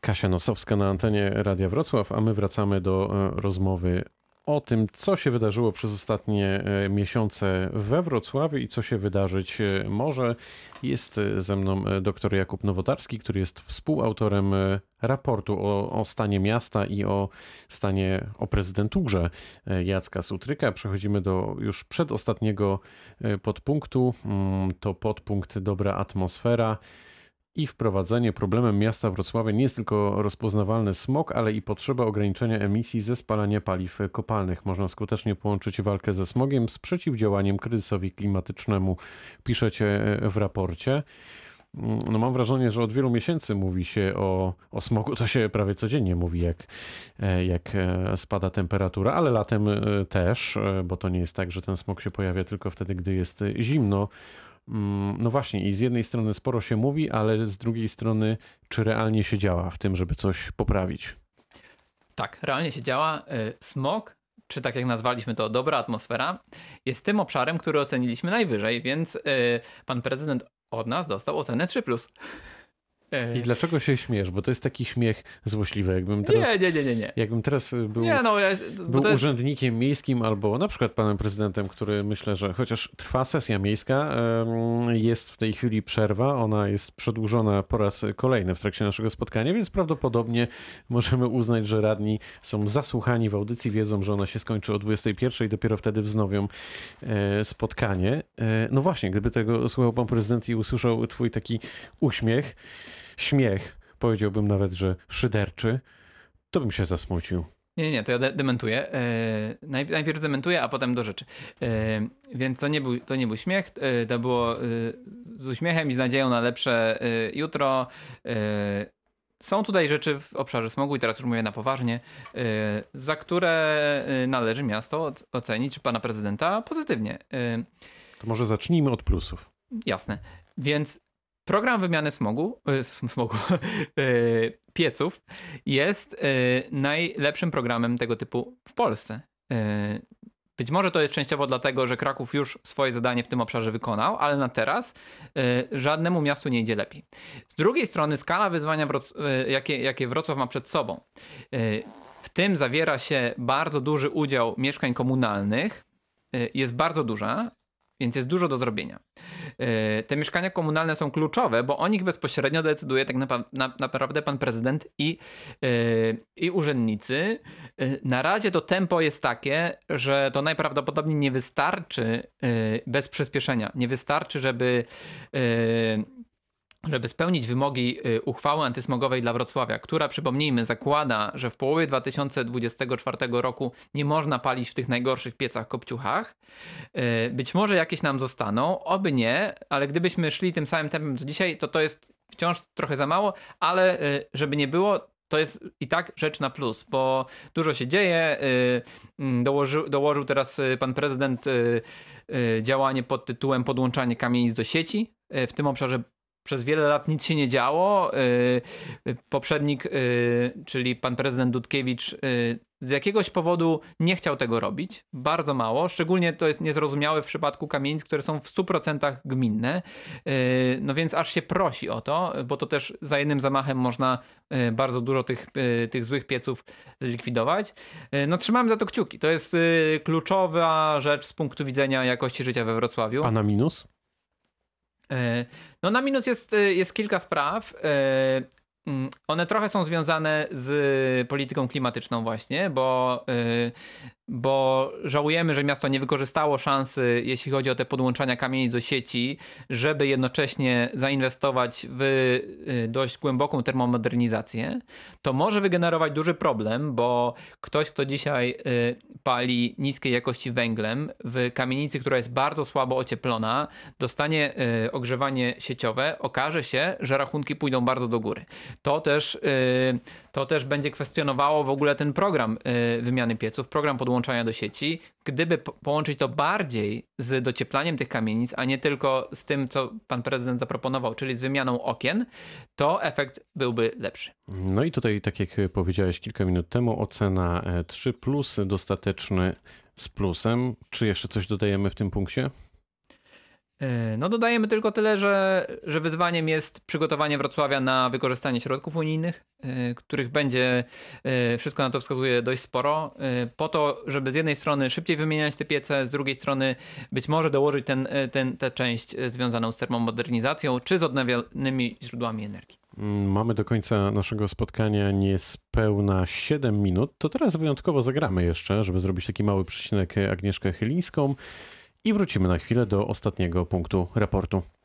Kasia Nosowska na antenie Radia Wrocław, a my wracamy do rozmowy o tym, co się wydarzyło przez ostatnie miesiące we Wrocławiu i co się wydarzyć może. Jest ze mną dr Jakub Nowotarski, który jest współautorem raportu o stanie miasta i o prezydenturze Jacka Sutryka. Przechodzimy do już przedostatniego podpunktu. To podpunkt dobra atmosfera. I wprowadzenie. Problemem miasta Wrocławia nie jest tylko rozpoznawalny smog, ale i potrzeba ograniczenia emisji ze spalania paliw kopalnych. Można skutecznie połączyć walkę ze smogiem z przeciwdziałaniem kryzysowi klimatycznemu, piszecie w raporcie. No mam wrażenie, że od wielu miesięcy mówi się o smogu, to się prawie codziennie mówi, jak spada temperatura, ale latem też, bo to nie jest tak, że ten smog się pojawia tylko wtedy, gdy jest zimno. No właśnie i z jednej strony sporo się mówi, ale z drugiej strony czy realnie się działa w tym, żeby coś poprawić? Tak, realnie się działa. Smog, czy tak jak nazwaliśmy to dobra atmosfera, jest tym obszarem, który oceniliśmy najwyżej, więc pan prezydent od nas dostał ocenę 3+. I dlaczego się śmiesz? Bo to jest taki śmiech złośliwy. Jakbym teraz, Nie. Jakbym teraz był, był urzędnikiem miejskim albo na przykład panem prezydentem, który myślę, że chociaż trwa sesja miejska, jest w tej chwili przerwa, ona jest przedłużona po raz kolejny w trakcie naszego spotkania, więc prawdopodobnie możemy uznać, że radni są zasłuchani w audycji, wiedzą, że ona się skończy o 21 i dopiero wtedy wznowią spotkanie. No właśnie, gdyby tego słuchał pan prezydent i usłyszał twój taki uśmiech, śmiech, powiedziałbym nawet, że szyderczy, to bym się zasmucił. Nie, to ja dementuję. Najpierw dementuję, a potem do rzeczy. Więc to nie był śmiech, to było z uśmiechem i z nadzieją na lepsze jutro. Są tutaj rzeczy w obszarze smogu, i teraz już mówię na poważnie, za które należy miasto ocenić, czy pana prezydenta pozytywnie. To może zacznijmy od plusów. Jasne. Więc program wymiany pieców jest najlepszym programem tego typu w Polsce. Być może to jest częściowo dlatego, że Kraków już swoje zadanie w tym obszarze wykonał, ale na teraz żadnemu miastu nie idzie lepiej. Z drugiej strony skala wyzwania, jakie Wrocław ma przed sobą, w tym zawiera się bardzo duży udział mieszkań komunalnych, jest bardzo duża, więc jest dużo do zrobienia. Te mieszkania komunalne są kluczowe, bo o nich bezpośrednio decyduje tak naprawdę pan prezydent i urzędnicy. Na razie to tempo jest takie, że to najprawdopodobniej nie wystarczy bez przyspieszenia. Nie wystarczy, żeby spełnić wymogi uchwały antysmogowej dla Wrocławia, która, przypomnijmy, zakłada, że w połowie 2024 roku nie można palić w tych najgorszych piecach, kopciuchach. Być może jakieś nam zostaną, oby nie, ale gdybyśmy szli tym samym tempem co dzisiaj, to jest wciąż trochę za mało, ale żeby nie było, to jest i tak rzecz na plus, bo dużo się dzieje. Dołożył teraz pan prezydent działanie pod tytułem podłączanie kamienic do sieci. W tym obszarze przez wiele lat nic się nie działo. Poprzednik, czyli pan prezydent Dudkiewicz, z jakiegoś powodu nie chciał tego robić. Bardzo mało. Szczególnie to jest niezrozumiałe w przypadku kamienic, które są w 100% gminne. No więc aż się prosi o to, bo to też za jednym zamachem można bardzo dużo tych złych pieców zlikwidować. No trzymamy za to kciuki. To jest kluczowa rzecz z punktu widzenia jakości życia we Wrocławiu. A na minus? No na minus jest kilka spraw. One trochę są związane z polityką klimatyczną właśnie, bo żałujemy, że miasto nie wykorzystało szansy, jeśli chodzi o te podłączania kamienic do sieci, żeby jednocześnie zainwestować w dość głęboką termomodernizację. To może wygenerować duży problem, bo ktoś, kto dzisiaj pali niskiej jakości węglem w kamienicy, która jest bardzo słabo ocieplona, dostanie ogrzewanie sieciowe, okaże się, że rachunki pójdą bardzo do góry. To też będzie kwestionowało w ogóle ten program wymiany pieców, program podłączania do sieci. Gdyby połączyć to bardziej z docieplaniem tych kamienic, a nie tylko z tym, co pan prezydent zaproponował, czyli z wymianą okien, to efekt byłby lepszy. No i tutaj, tak jak powiedziałeś kilka minut temu, ocena 3+, dostateczny z plusem. Czy jeszcze coś dodajemy w tym punkcie? No dodajemy tylko tyle, że wyzwaniem jest przygotowanie Wrocławia na wykorzystanie środków unijnych, których będzie, wszystko na to wskazuje, dość sporo, po to, żeby z jednej strony szybciej wymieniać te piece, z drugiej strony być może dołożyć tę część związaną z termomodernizacją czy z odnawialnymi źródłami energii. Mamy do końca naszego spotkania niespełna 7 minut. To teraz wyjątkowo zagramy jeszcze, żeby zrobić taki mały przecinek Agnieszkę Chylińską i wrócimy na chwilę do ostatniego punktu raportu.